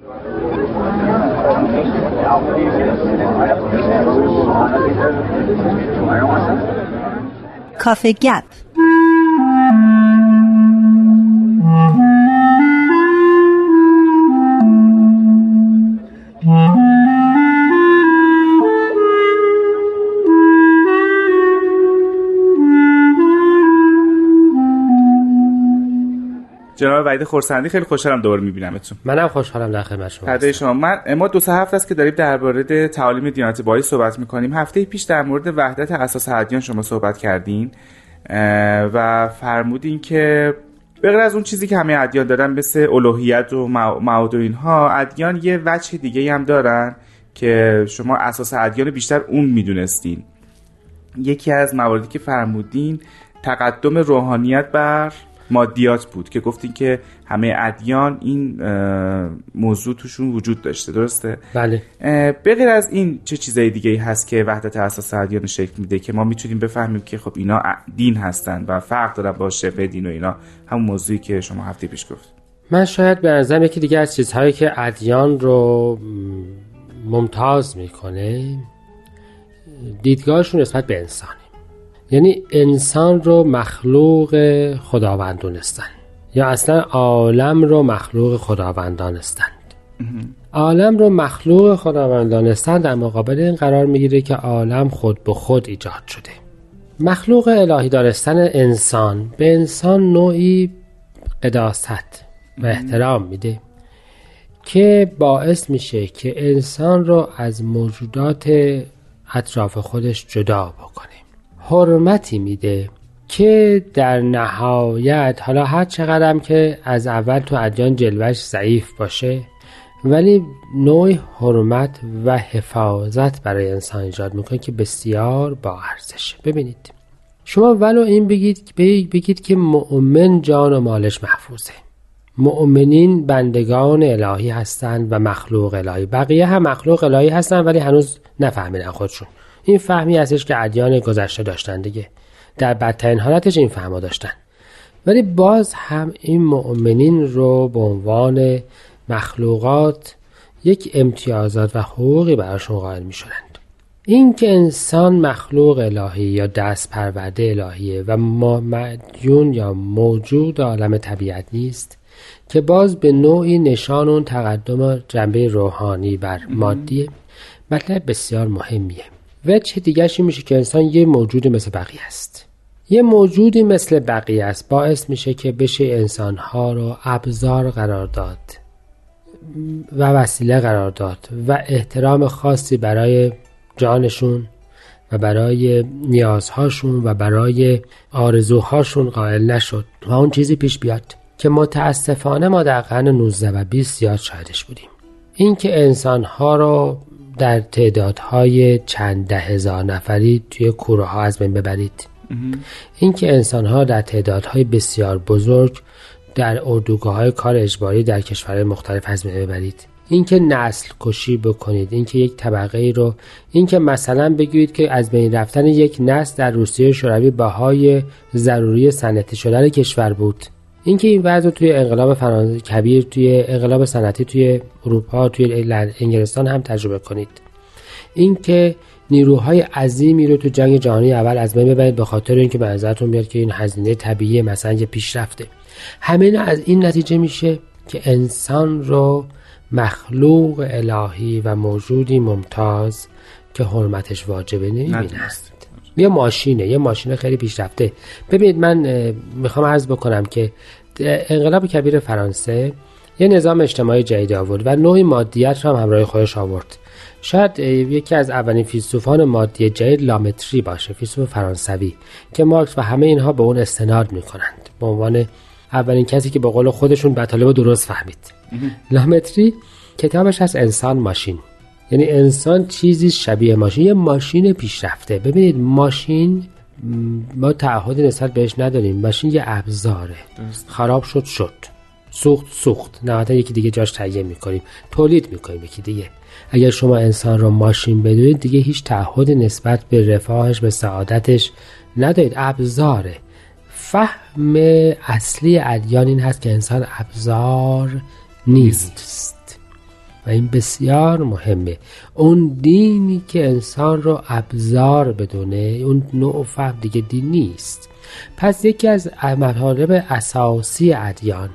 کافه گپ. جناب وحید خرسندی، خیلی خوشحالم دوباره می‌بینمتون. منم خوشحالم در خدمت شما. هدیه شما. ما 2 هفته است که داریم درباره تعالیم دیانت بهایی صحبت می‌کنیم. هفته پیش در مورد وحدت اساس ادیان شما صحبت کردین و فرمودین که به غیر از اون چیزی که همه ادیان دارن مثل الوهیت و معاد و اینها، ادیان یه وجه دیگه‌ای هم دارن که شما اساس ادیان بیشتر اون میدونستین. یکی از مواردی که فرمودین تقدم روحانیت بر مادیات بود که گفتین که همه ادیان این موضوع توشون وجود داشته، درسته؟ بله. به غیر از این چه چیزای دیگه‌ای هست که وحدت اساس ادیان شکل میده که ما میتونیم بفهمیم که خب اینا دین هستن و فرق دارن با شبه دین و اینا، همون موضوعی که شما هفته پیش گفت؟ من شاید به نظرم یکی دیگه از چیزهایی که ادیان رو ممتاز میکنه دیدگاهشون نسبت به انسانه. یعنی انسان رو مخلوق خداوند دونستن یا اصلا عالم رو مخلوق خداوند دانستند. عالم رو مخلوق خداوند دانستن در مقابل این قرار میگیره که عالم خود به خود ایجاد شده. مخلوق الهی دانستن انسان به انسان نوعی قداست و احترام میده که باعث میشه که انسان رو از موجودات اطراف خودش جدا بکنه. حرمتی میده که در نهایت حالا هر چقدرم که از اول تو ادیان جلوش ضعیف باشه ولی نوع حرمت و حفاظت برای انسان ایجاد میکنه که بسیار با ارزشه. ببینید شما ولو این بگید که مؤمن جان و مالش محفوظه، مؤمنین بندگان الهی هستند و مخلوق الهی، بقیه هم مخلوق الهی هستند ولی هنوز نفهمیدن خودشون. این فهمی هستش که ادیان گذشته داشتن دیگه، در بدترین حالتش این فهمو داشتن، ولی باز هم این مؤمنین رو به عنوان مخلوقات یک امتیازات و حقوقی براشون قائل می شدند. این که انسان مخلوق الهی یا دست پرورده الهیه و مدیون یا موجود عالم طبیعت نیست که باز به نوعی نشان اون تقدم جنبه روحانی بر مادیه، مطلب بسیار مهمیه. وجه دیگرش این میشه که انسان یه موجود مثل بقیه است. یه موجودی مثل بقیه است باعث میشه که بشه انسانها رو ابزار قرار داد و وسیله قرار داد و احترام خاصی برای جانشون و برای نیازهاشون و برای آرزوهاشون قائل نشد و اون چیزی پیش بیاد که متاسفانه ما در قرن 19 و 20 زیاد شاهدش بودیم. این که انسانها رو در تعدادهای چند ده هزار نفری توی کوره ها از بین ببرید، این که انسانها در تعدادهای بسیار بزرگ در اردوگاه‌های کار اجباری در کشورهای مختلف از بین ببرید، این که نسل کشی بکنید، این که یک طبقه رو، این که مثلا بگویید که از بین رفتن یک نسل در روسیه شوروی بهای ضروری صنعتی شدن کشور بود، این که این وضع توی انقلاب کبیر توی انقلاب صنعتی توی اروپا توی انگلستان هم تجربه کنید، این که نیروهای عظیمی رو تو جنگ جهانی اول از بین ببرید به خاطر اینکه به نظرتون بیاد که این هزینه طبیعی مثلا یه پیشرفته. همین از این نتیجه میشه که انسان رو مخلوق الهی و موجودی ممتاز که حرمتش واجبه نمی‌بینند. یه ماشین خیلی پیشرفته. ببینید من میخوام عرض بکنم که انقلاب کبیر فرانسه یه نظام اجتماعی جدید آورد و نوعی مادیت رو هم همراه خودش آورد. شاید یکی از اولین فیلسوفان مادی جدید لامتری باشه، فیلسوف فرانسوی که مارکس و همه اینها به اون استناد میکنند به عنوان اولین کسی که به قول خودشون مطالب درست فهمید. لامتری کتابش هست انسان ماشین، یعنی انسان چیزی شبیه ماشین، یه ماشین پیشرفته. ببینید ماشین ما تعهدی نسبت بهش نداریم، ماشین یه ابزاره، خراب شد، سوخت نهایتا یکی دیگه جاش تهیه میکنیم، تولید میکنیم یکی دیگه. اگر شما انسان رو ماشین بدونید دیگه هیچ تعهدی نسبت به رفاهش به سعادتش ندارید، ابزاره. فهم اصلی ادیان این هست که انسان ابزار نیست. و این بسیار مهمه. اون دینی که انسان رو ابزار بدونه، اون نوع فهم دیگه دین نیست. پس یکی از مطالب اساسی ادیان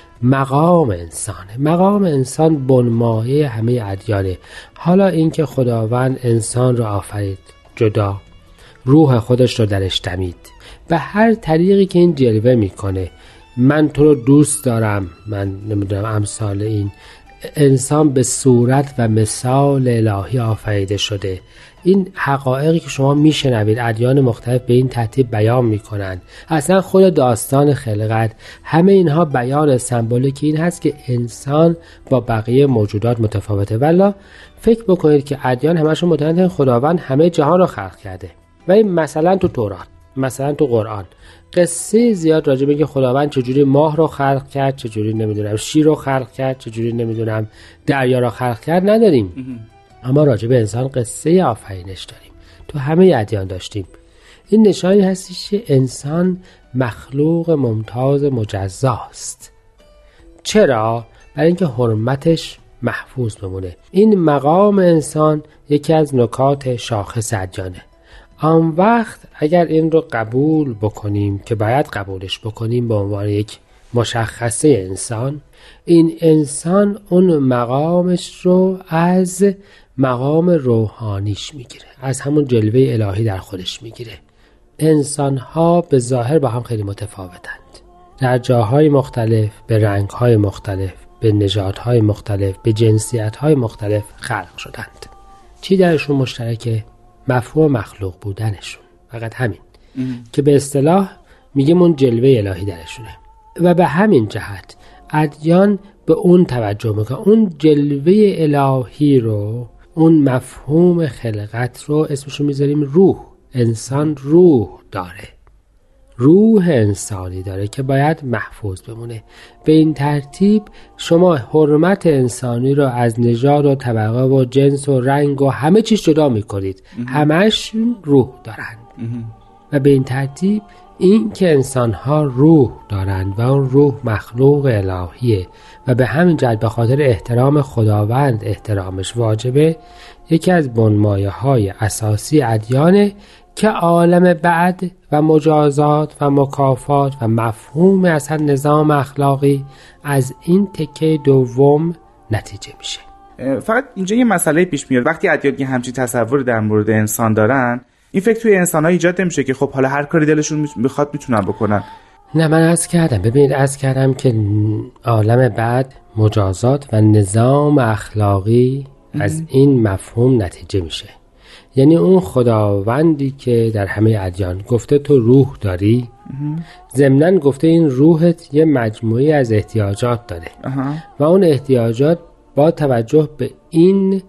مقام انسانه. مقام انسان بنمایه همه ادیانه. حالا اینکه خداوند انسان رو آفرید جدا، روح خودش رو درش دمید، به هر طریقی که این جلوه میکنه، من تو رو دوست دارم، من نمیدونم امثال این، انسان به صورت و مثال الهی آفریده شده. این حقایقی که شما میشنوید ادیان مختلف به این ترتیب بیان میکنن، اصلا خود داستان خلقت، همه اینها بیان سمبولیک این هست که انسان با بقیه موجودات متفاوته. والا فکر بکنید که ادیان همشون معتقدن خداوند همه جهان رو خلق کرده و این مثلا تو تورات، مثلا تو قرآن قصه زیاد راجع به اینکه خداوند چجوری ماه رو خلق کرد، چجوری نمیدونم شیر رو خلق کرد، چجوری نمیدونم دریا رو خلق کرد نداریم. اما راجع به انسان قصه آفرینش داریم. تو همه ادیان داشتیم. این نشانی هستش که انسان مخلوق ممتاز مجزاست. چرا؟ برای اینکه حرمتش محفوظ بمونه. این مقام انسان یکی از نکات شاخص ادیانه. آن وقت اگر این رو قبول بکنیم که باید قبولش بکنیم به عنوان یک مشخصه انسان، این انسان اون مقامش رو از مقام روحانیش میگیره، از همون جلوه الهی در خودش میگیره. انسان‌ها به ظاهر با هم خیلی متفاوتند، در جاهای مختلف، به رنگ‌های مختلف، به نژادهای مختلف، به جنسیت‌های مختلف خلق شدند. چی درشون مشترکه؟ مفهوم مخلوق بودنشون، فقط همین که به اصطلاح میگیم اون جلوه الهی درشونه. و به همین جهت ادیان به اون توجه میکنن، اون جلوه الهی رو، اون مفهوم خلقت رو اسمشو میذاریم روح. انسان روح داره، روح انسانی داره که باید محفوظ بمونه. به این ترتیب شما حرمت انسانی رو از نژاد و طبقه و جنس و رنگ و همه چیز جدا میکنید، همش روح دارند. و به این ترتیب این که انسان‌ها روح دارند و اون روح مخلوق الهیه و به همین جهت به خاطر احترام خداوند احترامش واجبه، یکی از بنمایه‌های اساسی ادیانه که عالم بعد و مجازات و مکافات و مفهوم اصلا نظام اخلاقی از این تکه دوم نتیجه میشه. فقط اینجا یه مسئله پیش میاد. وقتی ادیان یه همچین تصور در مورد انسان دارن، این فکر توی انسان‌ها ایجاد نمیشه که خب حالا هر کاری دلشون میخواد میتونن بکنن. نه، من عرض کردم که عالم بعد، مجازات و نظام اخلاقی از این مفهوم نتیجه میشه. یعنی اون خداوندی که در همه ادیان گفته تو روح داری، ضمناً گفته این روحت یه مجموعی از احتیاجات داره و اون احتیاجات با توجه به این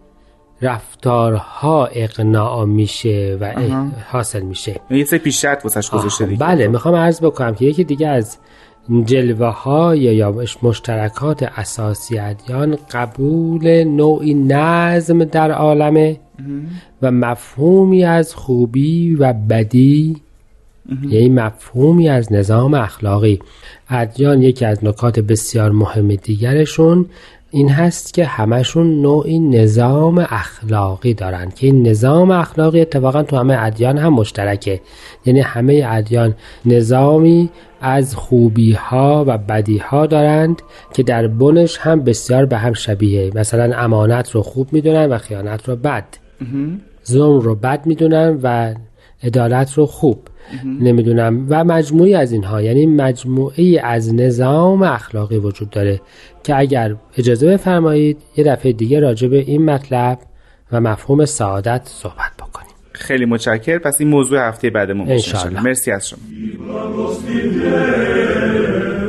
رفتارها اقناع میشه و حاصل میشه. یه سری پیش شرط واسش گذاشته دیگه. بله، میخوام عرض بکنم که یکی دیگه از جلوه های یا مشترکات اساسی ادیان قبول نوعی نظم در عالمه و مفهومی از خوبی و بدی، یعنی مفهومی از نظام اخلاقی. ادیان یکی از نکات بسیار مهم دیگرشون این هست که همشون نوعی نظام اخلاقی دارن که این نظام اخلاقی اتفاقا تو همه ادیان هم مشترکه. یعنی همه ادیان نظامی از خوبی ها و بدی ها دارند که در بنش هم بسیار به هم شبیه. مثلا امانت رو خوب میدونن و خیانت رو بد، ظلم رو بد میدونن و عدالت رو خوب نمیدونم و مجموعی از اینها. یعنی مجموعی از نظام اخلاقی وجود داره که اگر اجازه بفرمایید یه دفعه دیگه راجع به این مطلب و مفهوم سعادت صحبت بکنیم. خیلی متشکرم. پس این موضوع هفته بعدمون انشاءالله. مرسی از شما.